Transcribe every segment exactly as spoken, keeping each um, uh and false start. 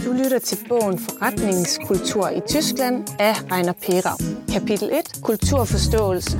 Du lytter til bogen Forretningskultur i Tyskland af Rainer Perau. Kapitel et. Kulturforståelse.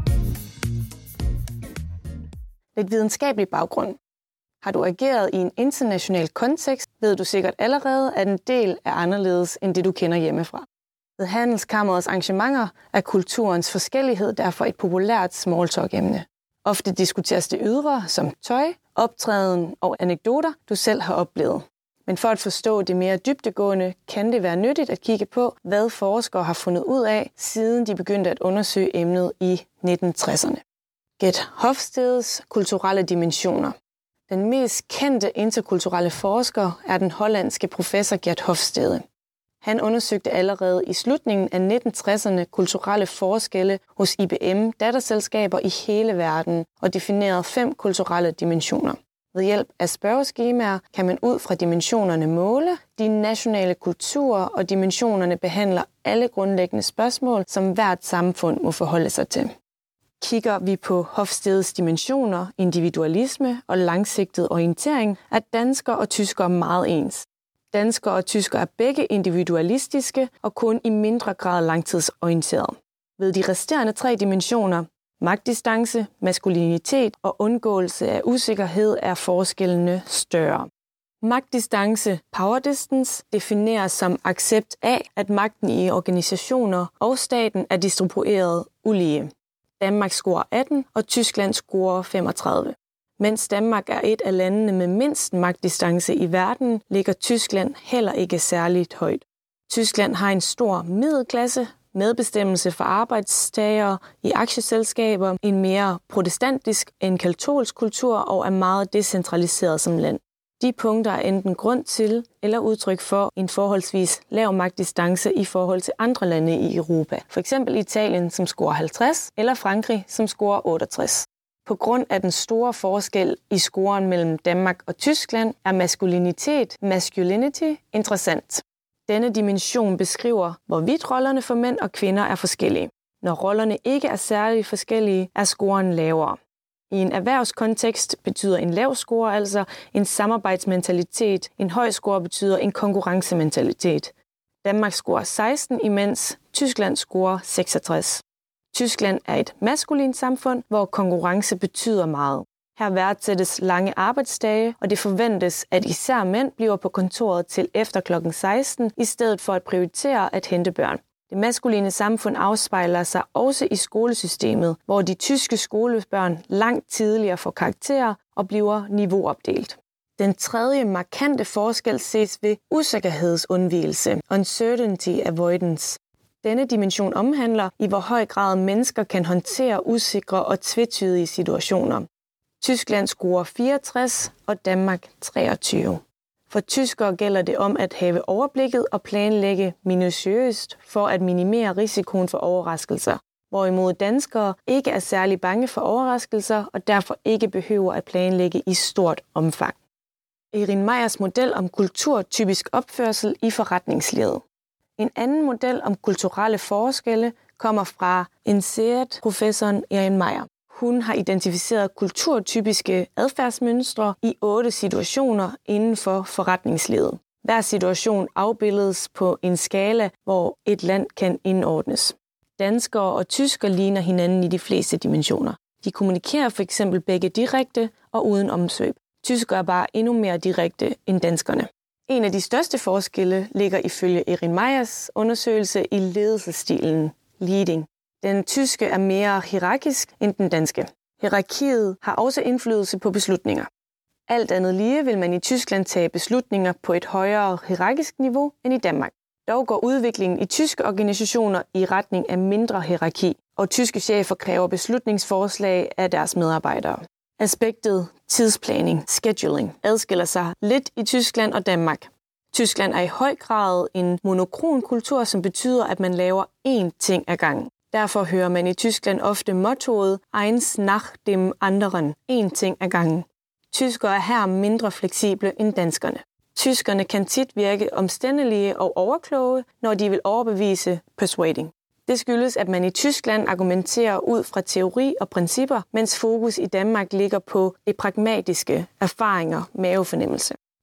Lidt videnskabelig baggrund. Har du ageret i en international kontekst, ved du sikkert allerede, at en del er anderledes end det, du kender hjemmefra. Ved Handelskammerets arrangementer er kulturens forskellighed derfor et populært smalltalk-emne. Ofte diskuteres det ydre som tøj, optræden og anekdoter, du selv har oplevet. Men for at forstå det mere dybdegående, kan det være nyttigt at kigge på, hvad forskere har fundet ud af, siden de begyndte at undersøge emnet i nitten tresserne. Gert Hofstedes kulturelle dimensioner. Den mest kendte interkulturelle forsker er den hollandske professor Gert Hofstede. Han undersøgte allerede i slutningen af nitten tresserne kulturelle forskelle hos I B M-datterselskaber i hele verden og definerede fem kulturelle dimensioner. Ved hjælp af spørgeskemaer kan man ud fra dimensionerne måle de nationale kulturer, og dimensionerne behandler alle grundlæggende spørgsmål, som hvert samfund må forholde sig til. Kigger vi på Hofstedes dimensioner, individualisme og langsigtet orientering, er danskere og tyskere meget ens. Danskere og tyskere er begge individualistiske og kun i mindre grad langtidsorienterede. Ved de resterende tre dimensioner, magtdistance, maskulinitet og undgåelse af usikkerhed, er forskellene større. Magtdistance, power distance, defineres som accept af, at magten i organisationer og staten er distribueret ulige. Danmark scorer atten, og Tyskland scorer femogtredive. Mens Danmark er et af landene med mindst magtdistance i verden, ligger Tyskland heller ikke særligt højt. Tyskland har en stor middelklasse, medbestemmelse for arbejdstagere i aktieselskaber, en mere protestantisk end katolsk kultur og er meget decentraliseret som land. De punkter er enten grund til eller udtryk for en forholdsvis lav magtdistance i forhold til andre lande i Europa. For eksempel Italien, som scorer halvtreds, eller Frankrig, som scorer otteogtres. På grund af den store forskel i scoren mellem Danmark og Tyskland er maskulinitet, masculinity, interessant. Denne dimension beskriver, hvorvidt rollerne for mænd og kvinder er forskellige. Når rollerne ikke er særlig forskellige, er scoren lavere. I en erhvervskontekst betyder en lav score altså en samarbejdsmentalitet, en høj score betyder en konkurrencementalitet. Danmark scorer seksten, imens Tyskland scorer seksogtres. Tyskland er et maskulint samfund, hvor konkurrence betyder meget. Her værdsættes lange arbejdsdage, og det forventes, at især mænd bliver på kontoret til efter klokken seksten, i stedet for at prioritere at hente børn. Det maskuline samfund afspejler sig også i skolesystemet, hvor de tyske skolebørn langt tidligere får karakterer og bliver niveauopdelt. Den tredje markante forskel ses ved usikkerhedsundvigelse, uncertainty avoidance. Denne dimension omhandler, i hvor høj grad mennesker kan håndtere usikre og tvetydige situationer. Tyskland scorer fireogtres og Danmark treogtyve. For tyskere gælder det om at have overblikket og planlægge minutiøst for at minimere risikoen for overraskelser, hvorimod danskere ikke er særlig bange for overraskelser og derfor ikke behøver at planlægge i stort omfang. Erin Meyers model om kulturtypisk opførsel i forretningslivet. En anden model om kulturelle forskelle kommer fra N C E R T-professoren Erin Meyer. Hun har identificeret kulturtypiske adfærdsmønstre i otte situationer inden for forretningslivet. Hver situation afbildes på en skala, hvor et land kan indordnes. Danskere og tyskere ligner hinanden i de fleste dimensioner. De kommunikerer for eksempel begge direkte og uden omsvøb. Tyskere er bare endnu mere direkte end danskerne. En af de største forskelle ligger ifølge Erin Meyers undersøgelse i ledelsesstilen, leading. Den tyske er mere hierarkisk end den danske. Hierarkiet har også indflydelse på beslutninger. Alt andet lige vil man i Tyskland tage beslutninger på et højere hierarkisk niveau end i Danmark. Dog går udviklingen i tyske organisationer i retning af mindre hierarki, og tyske chefer kræver beslutningsforslag af deres medarbejdere. Aspektet tidsplanning, scheduling, adskiller sig lidt i Tyskland og Danmark. Tyskland er i høj grad en monokron kultur, som betyder, at man laver én ting ad gangen. Derfor hører man i Tyskland ofte mottoet eins nach dem anderen, én ting ad gangen. Tyskere er her mindre fleksible end danskerne. Tyskerne kan tit virke omstændelige og overkloge, når de vil overbevise persuading. Det skyldes, at man i Tyskland argumenterer ud fra teori og principper, mens fokus i Danmark ligger på det pragmatiske, erfaringer, mavefornemmelse.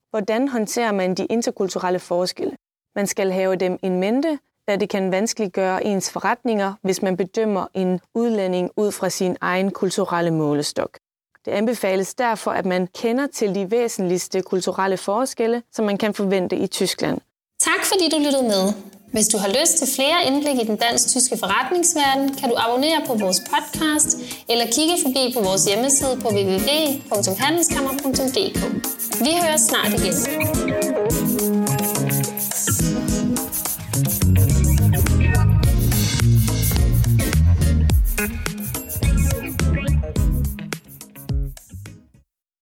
Hvordan håndterer man de interkulturelle forskelle? Man skal have dem in mente, da det kan vanskeliggøre ens forretninger, hvis man bedømmer en udlænding ud fra sin egen kulturelle målestok. Det anbefales derfor, at man kender til de væsentligste kulturelle forskelle, som man kan forvente i Tyskland. Tak fordi du lyttede med. Hvis du har lyst til flere indblik i den dansk-tyske forretningsverden, kan du abonnere på vores podcast eller kigge forbi på vores hjemmeside på w w w punktum handelskammer punktum d k. Vi høres snart igen.